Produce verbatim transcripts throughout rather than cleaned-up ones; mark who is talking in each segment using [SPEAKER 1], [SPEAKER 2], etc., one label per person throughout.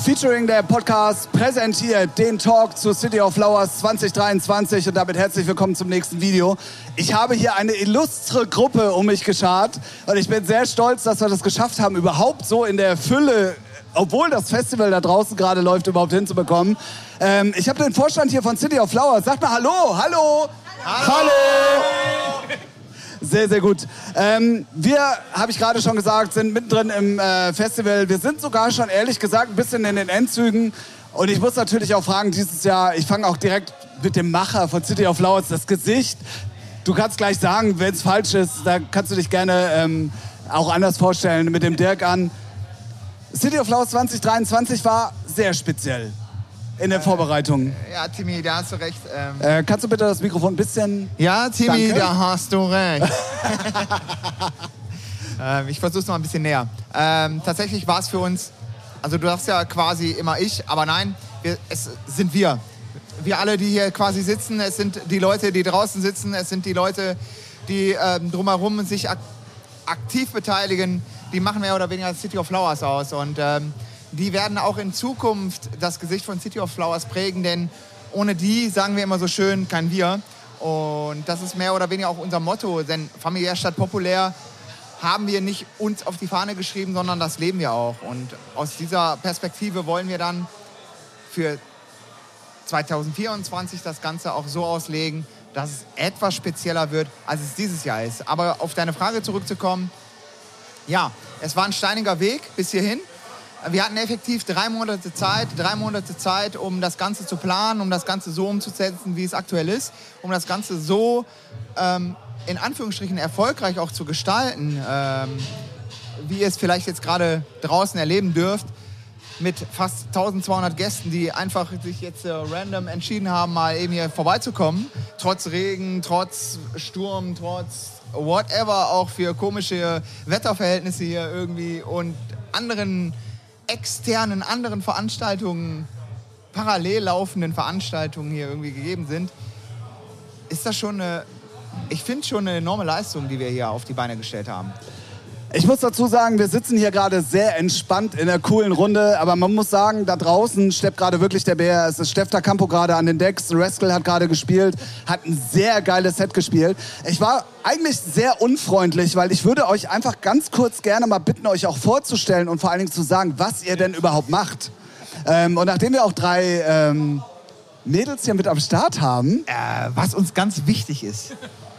[SPEAKER 1] Featuring der Podcast präsentiert den Talk zu City of Flowers zwanzig dreiundzwanzig und damit herzlich willkommen zum nächsten Video. Ich habe hier eine illustre Gruppe um mich geschart und ich bin sehr stolz, dass wir das geschafft haben, überhaupt so in der Fülle, obwohl das Festival da draußen gerade läuft, überhaupt hinzubekommen. Ähm, ich habe den Vorstand hier von City of Flowers. Sagt mal Hallo, Hallo, Hallo. Hallo. Sehr, sehr gut. Ähm, wir, habe ich gerade schon gesagt, sind mittendrin im äh, Festival. Wir sind sogar schon, ehrlich gesagt, ein bisschen in den Endzügen. Und ich muss natürlich auch fragen, dieses Jahr, ich fange auch direkt mit dem Macher von City of Flowers, das Gesicht. Du kannst gleich sagen, wenn es falsch ist, da kannst du dich gerne ähm, auch anders vorstellen, mit dem Dirk an. City of Flowers zwanzig dreiundzwanzig war sehr speziell in der Vorbereitung.
[SPEAKER 2] Ja, Timmy, da hast du recht. Ähm
[SPEAKER 1] äh, kannst du bitte das Mikrofon ein bisschen...
[SPEAKER 2] Ja, Timmy,
[SPEAKER 1] Danke.
[SPEAKER 2] da hast du recht. ähm, ich versuch's noch ein bisschen näher. Ähm, tatsächlich war es für uns, also du sagst ja quasi immer ich, aber nein, wir, es sind wir. Wir alle, die hier quasi sitzen, es sind die Leute, die draußen sitzen, es sind die Leute, die ähm, drumherum sich ak aktiv beteiligen, die machen mehr oder weniger City of Flowers aus und ähm, die werden auch in Zukunft das Gesicht von City of Flowers prägen, denn ohne die, sagen wir immer so schön, kein wir. Und das ist mehr oder weniger auch unser Motto, denn familiär statt populär haben wir nicht uns auf die Fahne geschrieben, sondern das leben wir auch. Und aus dieser Perspektive wollen wir dann für zwanzig vierundzwanzig das Ganze auch so auslegen, dass es etwas spezieller wird, als es dieses Jahr ist. Aber auf deine Frage zurückzukommen, ja, es war ein steiniger Weg bis hierhin. Wir hatten effektiv drei Monate Zeit, drei Monate Zeit, um das Ganze zu planen, um das Ganze so umzusetzen, wie es aktuell ist, um das Ganze so ähm, in Anführungsstrichen erfolgreich auch zu gestalten, ähm, wie ihr es vielleicht jetzt gerade draußen erleben dürft, mit fast eintausendzweihundert Gästen, die einfach sich jetzt äh, random entschieden haben, mal eben hier vorbeizukommen, trotz Regen, trotz Sturm, trotz whatever, auch für komische Wetterverhältnisse hier irgendwie und anderen externen, anderen Veranstaltungen, parallel laufenden Veranstaltungen hier irgendwie gegeben sind, ist das schon eine, ich finde schon eine enorme Leistung, die wir hier auf die Beine gestellt haben.
[SPEAKER 1] Ich muss dazu sagen, wir sitzen hier gerade sehr entspannt in einer coolen Runde, aber man muss sagen, da draußen steppt gerade wirklich der Bär. Es ist Steff da Campo gerade an den Decks, Rascal hat gerade gespielt, hat ein sehr geiles Set gespielt. Ich war eigentlich sehr unfreundlich, weil ich würde euch einfach ganz kurz gerne mal bitten, euch auch vorzustellen und vor allen Dingen zu sagen, was ihr denn überhaupt macht. Ähm, und nachdem wir auch drei ähm, Mädels hier mit am Start haben...
[SPEAKER 2] Äh, was uns ganz wichtig ist...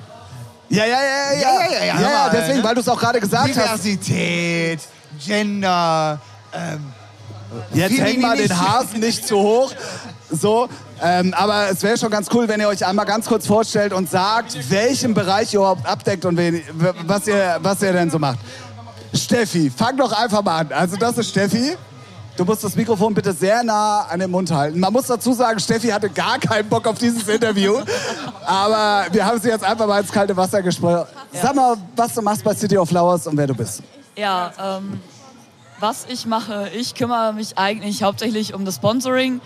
[SPEAKER 1] Ja, ja, ja, ja,
[SPEAKER 2] ja, ja, ja,
[SPEAKER 1] ja, ja, deswegen,
[SPEAKER 2] ne?
[SPEAKER 1] weil du es auch gerade gesagt
[SPEAKER 2] Diversität, hast. Gender, ähm,
[SPEAKER 1] jetzt häng mal den Hasen nicht zu hoch. So, ähm, aber es wäre schon ganz cool, wenn ihr euch einmal ganz kurz vorstellt und sagt, welchen Bereich ihr überhaupt abdeckt und wen, was, ihr, was ihr denn so macht. Steffi, fang doch einfach mal an. Also das ist Steffi. Du musst das Mikrofon bitte sehr nah an den Mund halten. Man muss dazu sagen, Steffi hatte gar keinen Bock auf dieses Interview. Aber wir haben sie jetzt einfach mal ins kalte Wasser gesprungen. Ja. Sag mal, was du machst bei City of Flowers und wer du bist.
[SPEAKER 3] Ja, ähm, was ich mache, ich kümmere mich eigentlich hauptsächlich um das Sponsoring.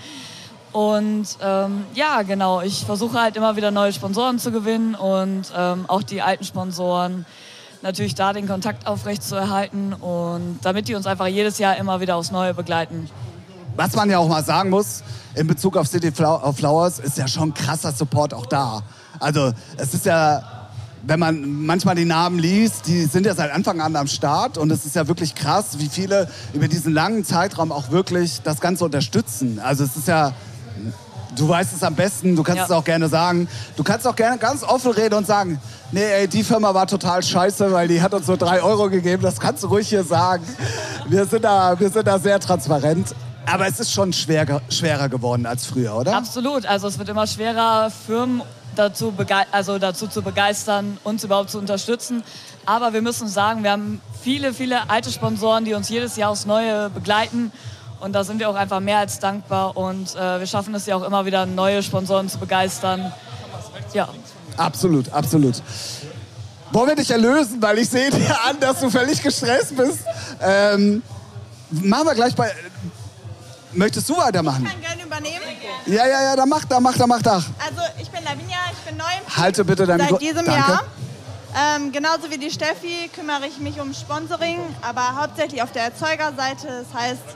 [SPEAKER 3] Und ähm, ja, genau, ich versuche halt immer wieder neue Sponsoren zu gewinnen und ähm, auch die alten Sponsoren natürlich da den Kontakt aufrecht zu erhalten und damit die uns einfach jedes Jahr immer wieder aufs Neue begleiten.
[SPEAKER 1] Was man ja auch mal sagen muss, in Bezug auf City of Flowers ist ja schon krasser Support auch da. Also es ist ja, wenn man manchmal die Namen liest, die sind ja seit Anfang an am Start und es ist ja wirklich krass, wie viele über diesen langen Zeitraum auch wirklich das Ganze unterstützen. Also es ist ja... Du weißt es am besten, du kannst ja. es auch gerne sagen. Du kannst auch gerne ganz offen reden und sagen, nee, ey, die Firma war total scheiße, weil die hat uns nur drei Euro gegeben. Das kannst du ruhig hier sagen. Wir sind da, wir sind da sehr transparent. Aber es ist schon schwer, schwerer geworden als früher, oder?
[SPEAKER 3] Absolut. Also es wird immer schwerer, Firmen dazu, also dazu zu begeistern, uns überhaupt zu unterstützen. Aber wir müssen sagen, wir haben viele, viele alte Sponsoren, die uns jedes Jahr aufs Neue begleiten. Und da sind wir auch einfach mehr als dankbar. Und äh, wir schaffen es ja auch immer wieder, neue Sponsoren zu begeistern. Ja.
[SPEAKER 1] Absolut, absolut. Wollen wir dich erlösen, weil ich sehe dir an, dass du völlig gestresst bist. Ähm, machen wir gleich bei... Möchtest du weitermachen?
[SPEAKER 4] Ich kann gerne übernehmen.
[SPEAKER 1] Ja, ja, ja, dann mach, dann mach, dann mach da.
[SPEAKER 4] Also ich bin Lavinia, ich bin neu im Team.
[SPEAKER 1] Halte bitte dein
[SPEAKER 4] Seit
[SPEAKER 1] Mikro.
[SPEAKER 4] diesem
[SPEAKER 1] Danke.
[SPEAKER 4] Jahr. Ähm, genauso wie die Steffi kümmere ich mich um Sponsoring, aber hauptsächlich auf der Erzeugerseite. Das heißt,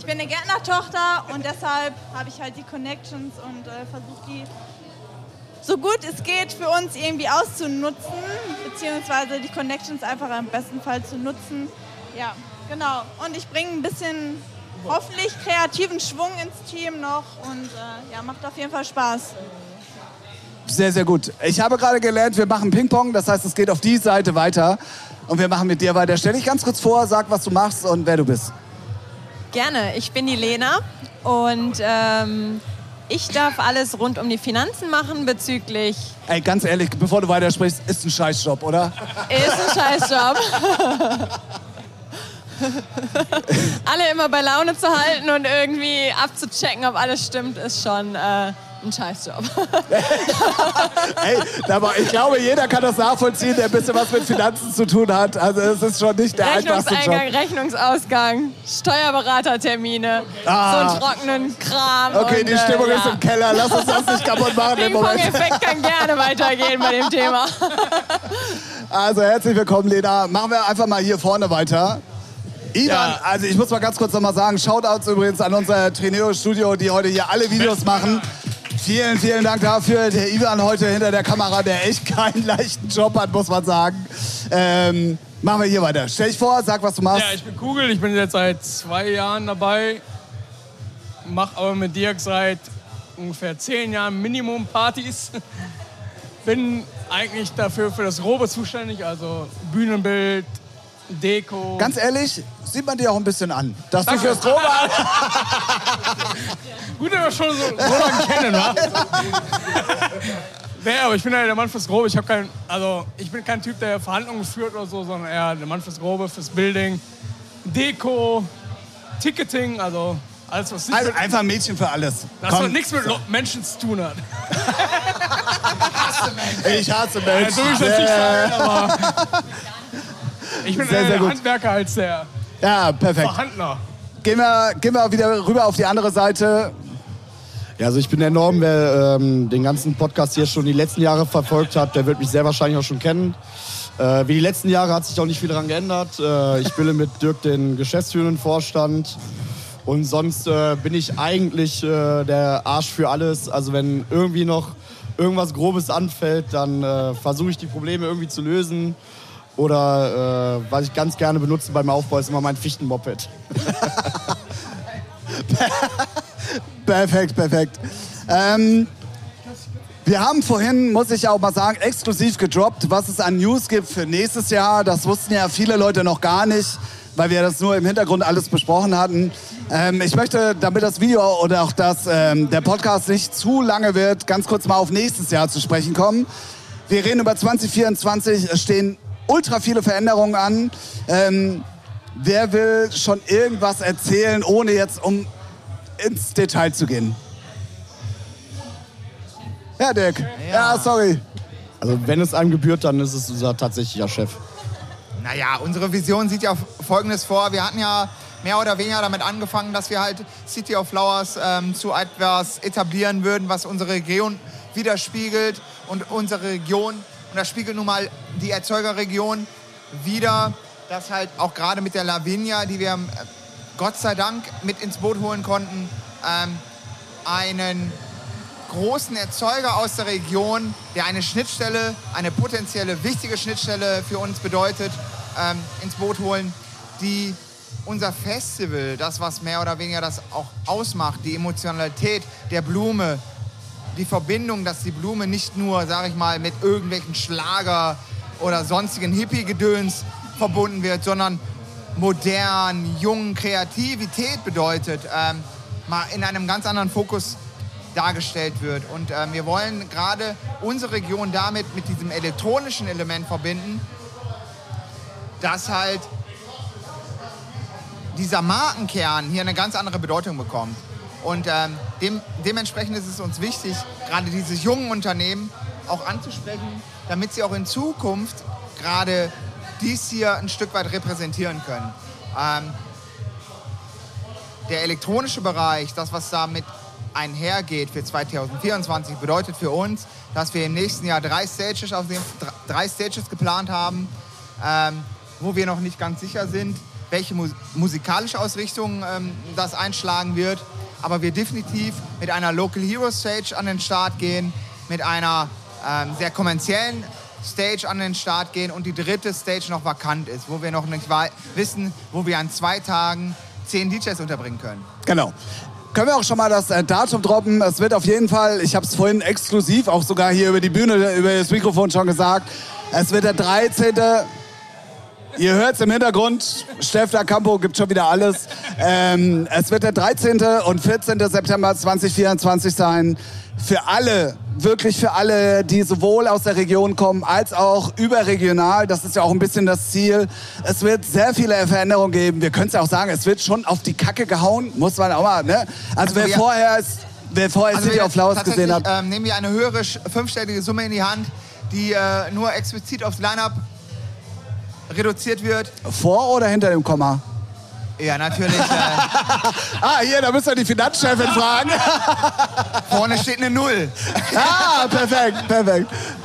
[SPEAKER 4] ich bin eine Gärtnertochter und deshalb habe ich halt die Connections und äh, versuche die so gut es geht für uns irgendwie auszunutzen, beziehungsweise die Connections einfach im besten Fall zu nutzen. Ja, genau. Und ich bringe ein bisschen hoffentlich kreativen Schwung ins Team noch und äh, ja, macht auf jeden Fall Spaß.
[SPEAKER 1] Sehr, sehr gut. Ich habe gerade gelernt, wir machen Ping-Pong, das heißt, es geht auf die Seite weiter und wir machen mit dir weiter. Stell dich ganz kurz vor, sag, was du machst und wer du bist.
[SPEAKER 5] Gerne, ich bin die Lena und ähm, ich darf alles rund um die Finanzen machen bezüglich...
[SPEAKER 1] Ey, ganz ehrlich, bevor du weitersprichst, ist ein Scheißjob, oder?
[SPEAKER 5] Ist ein Scheißjob. Alle immer bei Laune zu halten und irgendwie abzuchecken, ob alles stimmt, ist schon äh, ein Scheißjob.
[SPEAKER 1] Ey, aber ich glaube, jeder kann das nachvollziehen, der ein bisschen was mit Finanzen zu tun hat. Also es ist schon nicht der einfachste Job.
[SPEAKER 5] Rechnungseingang, Rechnungsausgang, Steuerberatertermine, ah. so einen trockenen Kram.
[SPEAKER 1] Okay,
[SPEAKER 5] und,
[SPEAKER 1] die Stimmung
[SPEAKER 5] äh,
[SPEAKER 1] ist
[SPEAKER 5] ja.
[SPEAKER 1] im Keller. Lass uns das nicht kaputt machen.
[SPEAKER 5] Ping-Pong-Effekt kann gerne weitergehen bei dem Thema.
[SPEAKER 1] Also herzlich willkommen, Lena. Machen wir einfach mal hier vorne weiter. Ivan, ja. also ich muss mal ganz kurz noch mal sagen, Shoutouts übrigens an unser Traineo-Studio, die heute hier alle Videos machen. Vielen, vielen Dank dafür. Der Ivan heute hinter der Kamera, der echt keinen leichten Job hat, muss man sagen. Ähm, machen wir hier weiter. Stell dich vor, sag, was du machst.
[SPEAKER 6] Ja, ich bin Kugel, ich bin jetzt seit zwei Jahren dabei. Mach aber mit Dirk seit ungefähr zehn Jahren Minimum Partys. Bin eigentlich dafür für das Grobe zuständig, also Bühnenbild, Deko.
[SPEAKER 1] Ganz ehrlich, sieht man dir auch ein bisschen an, dass
[SPEAKER 6] Danke.
[SPEAKER 1] du fürs Grobe
[SPEAKER 6] Gut, dass wir schon so, so lange kennen, wa? Nee, aber ich bin ja der Mann fürs Grobe. Ich, hab kein, also, ich bin kein Typ, der Verhandlungen führt oder so, sondern eher der Mann fürs Grobe, fürs Building, Deko, Ticketing, also alles, was nicht
[SPEAKER 1] Also
[SPEAKER 6] mit,
[SPEAKER 1] einfach ein Mädchen für alles.
[SPEAKER 6] das was nichts mit Menschen zu tun hat.
[SPEAKER 1] Ich hasse Menschen.
[SPEAKER 6] Ja, so will ich das nicht sagen, aber ich bin
[SPEAKER 1] Sehr,
[SPEAKER 6] eher
[SPEAKER 1] sehr
[SPEAKER 6] der
[SPEAKER 1] gut.
[SPEAKER 6] Handwerker als der
[SPEAKER 1] Ja, perfekt.
[SPEAKER 6] Verhandler.
[SPEAKER 1] Gehen wir, gehen wir wieder rüber auf die andere Seite.
[SPEAKER 7] Ja, also ich bin der Norm, wer ähm, den ganzen Podcast hier schon die letzten Jahre verfolgt hat, der wird mich sehr wahrscheinlich auch schon kennen. Äh, wie die letzten Jahre hat sich auch nicht viel daran geändert. Äh, ich bilde mit Dirk den geschäftsführenden Vorstand. Und sonst äh, bin ich eigentlich äh, der Arsch für alles. Also wenn irgendwie noch irgendwas Grobes anfällt, dann äh, versuche ich die Probleme irgendwie zu lösen. Oder äh, was ich ganz gerne benutze beim Aufbau, ist immer mein Fichtenmoped.
[SPEAKER 1] Perfekt, perfekt. Ähm, wir haben vorhin, muss ich auch mal sagen, exklusiv gedroppt, was es an News gibt für nächstes Jahr. Das wussten ja viele Leute noch gar nicht, weil wir das nur im Hintergrund alles besprochen hatten. Ähm, ich möchte, damit das Video oder auch das, ähm, der Podcast nicht zu lange wird, ganz kurz mal auf nächstes Jahr zu sprechen kommen. Wir reden über zwanzig vierundzwanzig, es stehen ultra viele Veränderungen an. Ähm, wer will schon irgendwas erzählen, ohne jetzt um ins Detail zu gehen? Ja, Dirk. Ja, ja sorry.
[SPEAKER 7] Also wenn es einem gebührt, dann ist es unser tatsächlicher Chef.
[SPEAKER 2] Naja, unsere Vision sieht ja Folgendes vor. Wir hatten ja mehr oder weniger damit angefangen, dass wir halt City of Flowers ähm, zu etwas etablieren würden, was unsere Region widerspiegelt. Und unsere Region, und das spiegelt nun mal die Erzeugerregion wider, dass halt auch gerade mit der Lavinia, die wir äh, Gott sei Dank mit ins Boot holen konnten, ähm, einen großen Erzeuger aus der Region, der eine Schnittstelle, eine potenzielle wichtige Schnittstelle für uns bedeutet, ähm, ins Boot holen, die unser Festival, das was mehr oder weniger das auch ausmacht, die Emotionalität der Blume, die Verbindung, dass die Blume nicht nur, sage ich mal, mit irgendwelchen Schlager oder sonstigen Hippie-Gedöns verbunden wird, sondern modern, jung, Kreativität bedeutet, ähm, mal in einem ganz anderen Fokus dargestellt wird. Und ähm, wir wollen gerade unsere Region damit mit diesem elektronischen Element verbinden, dass halt dieser Markenkern hier eine ganz andere Bedeutung bekommt. Und ähm, dem, dementsprechend ist es uns wichtig, gerade diese jungen Unternehmen auch anzusprechen, damit sie auch in Zukunft gerade dies hier ein Stück weit repräsentieren können. Ähm, der elektronische Bereich, das was damit einhergeht für zwanzig vierundzwanzig, bedeutet für uns, dass wir im nächsten Jahr drei Stages, auf dem, drei Stages geplant haben, ähm, wo wir noch nicht ganz sicher sind, welche Mu- musikalische Ausrichtung ähm, das einschlagen wird. Aber wir definitiv mit einer Local Hero Stage an den Start gehen, mit einer ähm, sehr kommerziellen Stage an den Start gehen und die dritte Stage noch vakant ist, wo wir noch nicht wei- wissen, wo wir an zwei Tagen zehn D Js unterbringen können.
[SPEAKER 1] Genau. Können wir auch schon mal das äh, Datum droppen? Es wird auf jeden Fall, ich habe es vorhin exklusiv auch sogar hier über die Bühne, über das Mikrofon schon gesagt, es wird der dreizehnte Ihr hört es im Hintergrund, Steff da Campo gibt schon wieder alles. Ähm, es wird der dreizehnte und vierzehnte September zweitausendvierundzwanzig sein. Für alle, wirklich für alle, die sowohl aus der Region kommen, als auch überregional. Das ist ja auch ein bisschen das Ziel. Es wird sehr viele Veränderungen geben. Wir können es ja auch sagen, es wird schon auf die Kacke gehauen, muss man auch mal. Ne? Also, also wer, vorher ist, wer vorher
[SPEAKER 2] also
[SPEAKER 1] City of Flowers gesehen hat.
[SPEAKER 2] Ähm, nehmen wir eine höhere fünfstellige Summe in die Hand, die äh, nur explizit aufs Line-Up reduziert wird.
[SPEAKER 1] Vor oder hinter dem Komma?
[SPEAKER 2] Ja, natürlich. Äh,
[SPEAKER 1] ah, hier, da müsst ihr die Finanzchefin fragen.
[SPEAKER 2] Vorne steht eine Null.
[SPEAKER 1] Ah, perfekt, perfekt.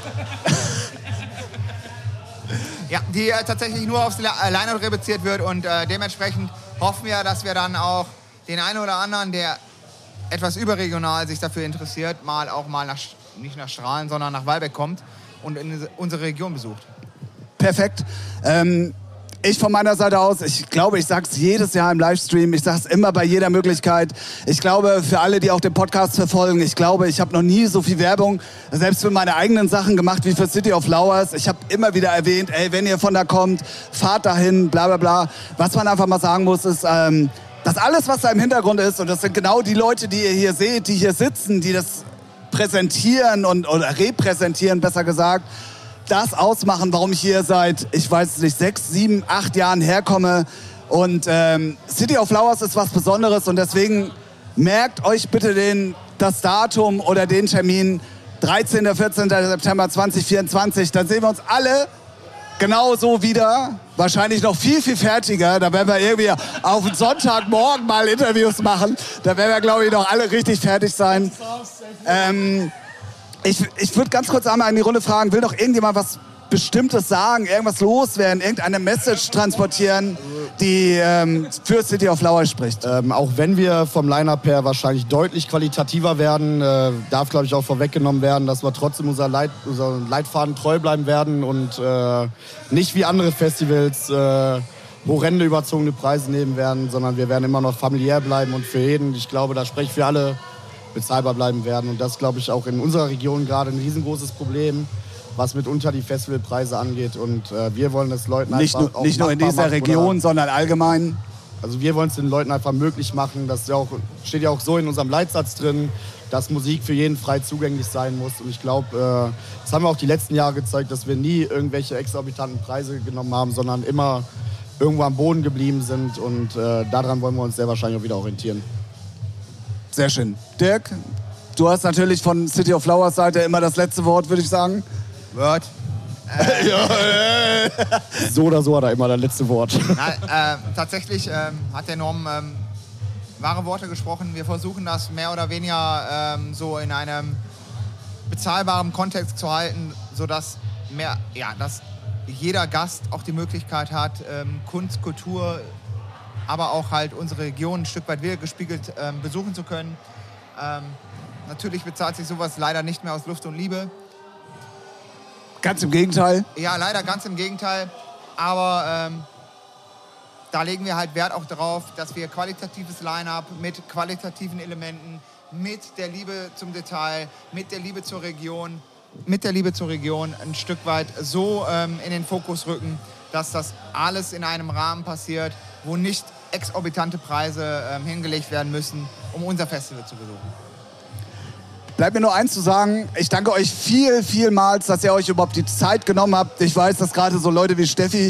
[SPEAKER 2] Ja, die äh, tatsächlich nur aufs Line-Up reduziert wird und äh, dementsprechend hoffen wir, dass wir dann auch den einen oder anderen, der etwas überregional sich dafür interessiert, mal auch mal nach, nicht nach Strahlen, sondern nach Walbeck kommt und in unsere Region besucht.
[SPEAKER 1] Perfekt. Ähm, ich von meiner Seite aus, ich glaube, ich sage es jedes Jahr im Livestream, ich sage es immer bei jeder Möglichkeit. Ich glaube, für alle, die auch den Podcast verfolgen, ich glaube, ich habe noch nie so viel Werbung, selbst für meine eigenen Sachen gemacht, wie für City of Flowers. Ich habe immer wieder erwähnt, ey, wenn ihr von da kommt, fahrt dahin, bla bla bla. Was man einfach mal sagen muss, ist, ähm, dass alles, was da im Hintergrund ist, und das sind genau die Leute, die ihr hier seht, die hier sitzen, die das präsentieren und oder repräsentieren, besser gesagt, das ausmachen, warum ich hier seit, ich weiß nicht, sechs, sieben, acht Jahren herkomme. Und ähm, City of Flowers ist was Besonderes und deswegen merkt euch bitte den, das Datum oder den Termin dreizehnten, vierzehnten September zweitausendvierundzwanzig. Dann sehen wir uns alle genauso wieder, wahrscheinlich noch viel, viel fertiger. Da werden wir irgendwie auf den Sonntagmorgen mal Interviews machen. Da werden wir, glaube ich, noch alle richtig fertig sein. Ähm, Ich, ich würde ganz kurz einmal in die Runde fragen, will doch irgendjemand was Bestimmtes sagen, irgendwas loswerden, irgendeine Message transportieren, die ähm, für City of Flowers spricht?
[SPEAKER 7] Ähm, auch wenn wir vom Line-Up her wahrscheinlich deutlich qualitativer werden, äh, darf, glaube ich, auch vorweggenommen werden, dass wir trotzdem unser, Leit, unser Leitfaden treu bleiben werden und äh, nicht wie andere Festivals äh, horrende überzogene Preise nehmen werden, sondern wir werden immer noch familiär bleiben und für jeden, ich glaube, da spreche ich für alle, bezahlbar bleiben werden. Und das, glaube ich, auch in unserer Region gerade ein riesengroßes Problem, was mitunter die Festivalpreise angeht. Und äh, wir wollen das Leuten
[SPEAKER 1] nicht
[SPEAKER 7] einfach
[SPEAKER 1] nur, Nicht nur in dieser Region, oder, sondern allgemein.
[SPEAKER 7] Also wir wollen es den Leuten einfach möglich machen. Das ja auch, steht ja auch so in unserem Leitsatz drin, dass Musik für jeden frei zugänglich sein muss. Und ich glaube, äh, das haben wir auch die letzten Jahre gezeigt, dass wir nie irgendwelche exorbitanten Preise genommen haben, sondern immer irgendwo am Boden geblieben sind. Und äh, daran wollen wir uns sehr wahrscheinlich auch wieder orientieren.
[SPEAKER 1] Sehr schön. Dirk, du hast natürlich von City of Flowers Seite immer das letzte Wort, würde ich sagen.
[SPEAKER 2] Word. Äh,
[SPEAKER 7] ja, äh. So oder so hat er immer das letzte Wort.
[SPEAKER 2] Na, äh, tatsächlich ähm, hat der Norm ähm, wahre Worte gesprochen. Wir versuchen das mehr oder weniger ähm, so in einem bezahlbaren Kontext zu halten, sodass mehr, ja, dass jeder Gast auch die Möglichkeit hat, ähm, Kunst, Kultur, aber auch halt unsere Region ein Stück weit wiedergespiegelt ähm, besuchen zu können. Ähm, natürlich bezahlt sich sowas leider nicht mehr aus Luft und Liebe.
[SPEAKER 1] Ganz im Gegenteil.
[SPEAKER 2] Ja, leider ganz im Gegenteil. Aber ähm, da legen wir halt Wert auch darauf, dass wir qualitatives Line-Up mit qualitativen Elementen, mit der Liebe zum Detail, mit der Liebe zur Region, mit der Liebe zur Region ein Stück weit so ähm, in den Fokus rücken, dass das alles in einem Rahmen passiert, wo nicht exorbitante Preise ähm, hingelegt werden müssen, um unser Festival zu besuchen.
[SPEAKER 1] Bleibt mir nur eins zu sagen, ich danke euch viel, vielmals, dass ihr euch überhaupt die Zeit genommen habt. Ich weiß, dass gerade so Leute wie Steffi,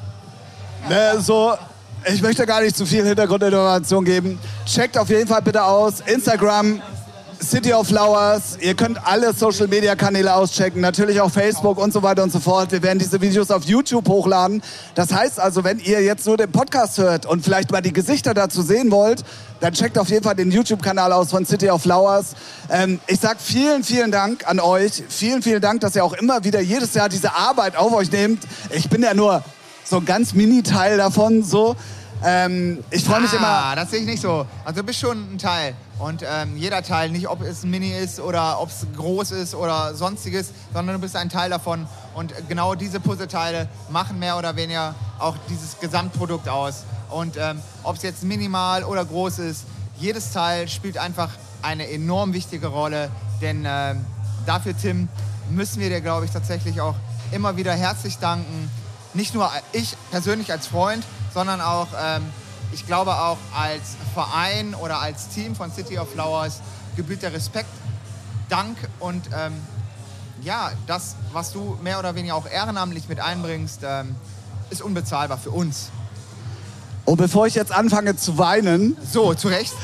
[SPEAKER 1] ne, so, ich möchte gar nicht zu viel Hintergrundinformation geben. Checkt auf jeden Fall bitte aus, Instagram, City of Flowers. Ihr könnt alle Social-Media-Kanäle auschecken, natürlich auch Facebook und so weiter und so fort. Wir werden diese Videos auf YouTube hochladen. Das heißt also, wenn ihr jetzt nur den Podcast hört und vielleicht mal die Gesichter dazu sehen wollt, dann checkt auf jeden Fall den YouTube-Kanal aus von City of Flowers. Ähm, ich sag vielen, vielen Dank an euch. Vielen, vielen Dank, dass ihr auch immer wieder jedes Jahr diese Arbeit auf euch nehmt. Ich bin ja nur so ein ganz Mini-Teil davon, so. Ähm, ich freue mich
[SPEAKER 2] ah,
[SPEAKER 1] immer...
[SPEAKER 2] Ah, das sehe ich nicht so. Also du bist schon ein Teil. Und ähm, jeder Teil, nicht ob es ein Mini ist oder ob es groß ist oder sonstiges, sondern du bist ein Teil davon. Und genau diese Puzzleteile machen mehr oder weniger auch dieses Gesamtprodukt aus. Und ähm, ob es jetzt minimal oder groß ist, jedes Teil spielt einfach eine enorm wichtige Rolle. Denn ähm, dafür, Tim, müssen wir dir, glaube ich, tatsächlich auch immer wieder herzlich danken. Nicht nur ich persönlich als Freund, sondern auch... Ähm, Ich glaube auch als Verein oder als Team von City of Flowers gebührt der Respekt, Dank und ähm, ja, das, was du mehr oder weniger auch ehrenamtlich mit einbringst, ähm, ist unbezahlbar für uns.
[SPEAKER 1] Und bevor ich jetzt anfange zu weinen...
[SPEAKER 2] So, zu Recht.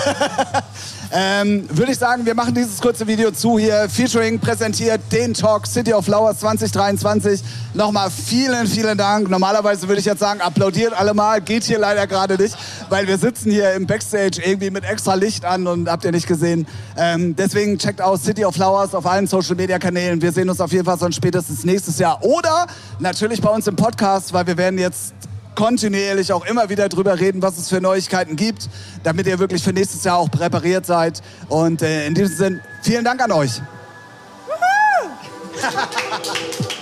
[SPEAKER 1] ähm, würde ich sagen, wir machen dieses kurze Video zu hier. Featuring präsentiert den Talk City of Flowers zwanzig dreiundzwanzig. Nochmal vielen, vielen Dank. Normalerweise würde ich jetzt sagen, applaudiert alle mal. Geht hier leider gerade nicht, weil wir sitzen hier im Backstage irgendwie mit extra Licht an und habt ihr nicht gesehen. Ähm, deswegen checkt aus City of Flowers auf allen Social-Media-Kanälen. Wir sehen uns auf jeden Fall sonst spätestens nächstes Jahr. Oder natürlich bei uns im Podcast, weil wir werden jetzt kontinuierlich auch immer wieder drüber reden, was es für Neuigkeiten gibt, damit ihr wirklich für nächstes Jahr auch präpariert seid. Und äh, in diesem Sinne, vielen Dank an euch.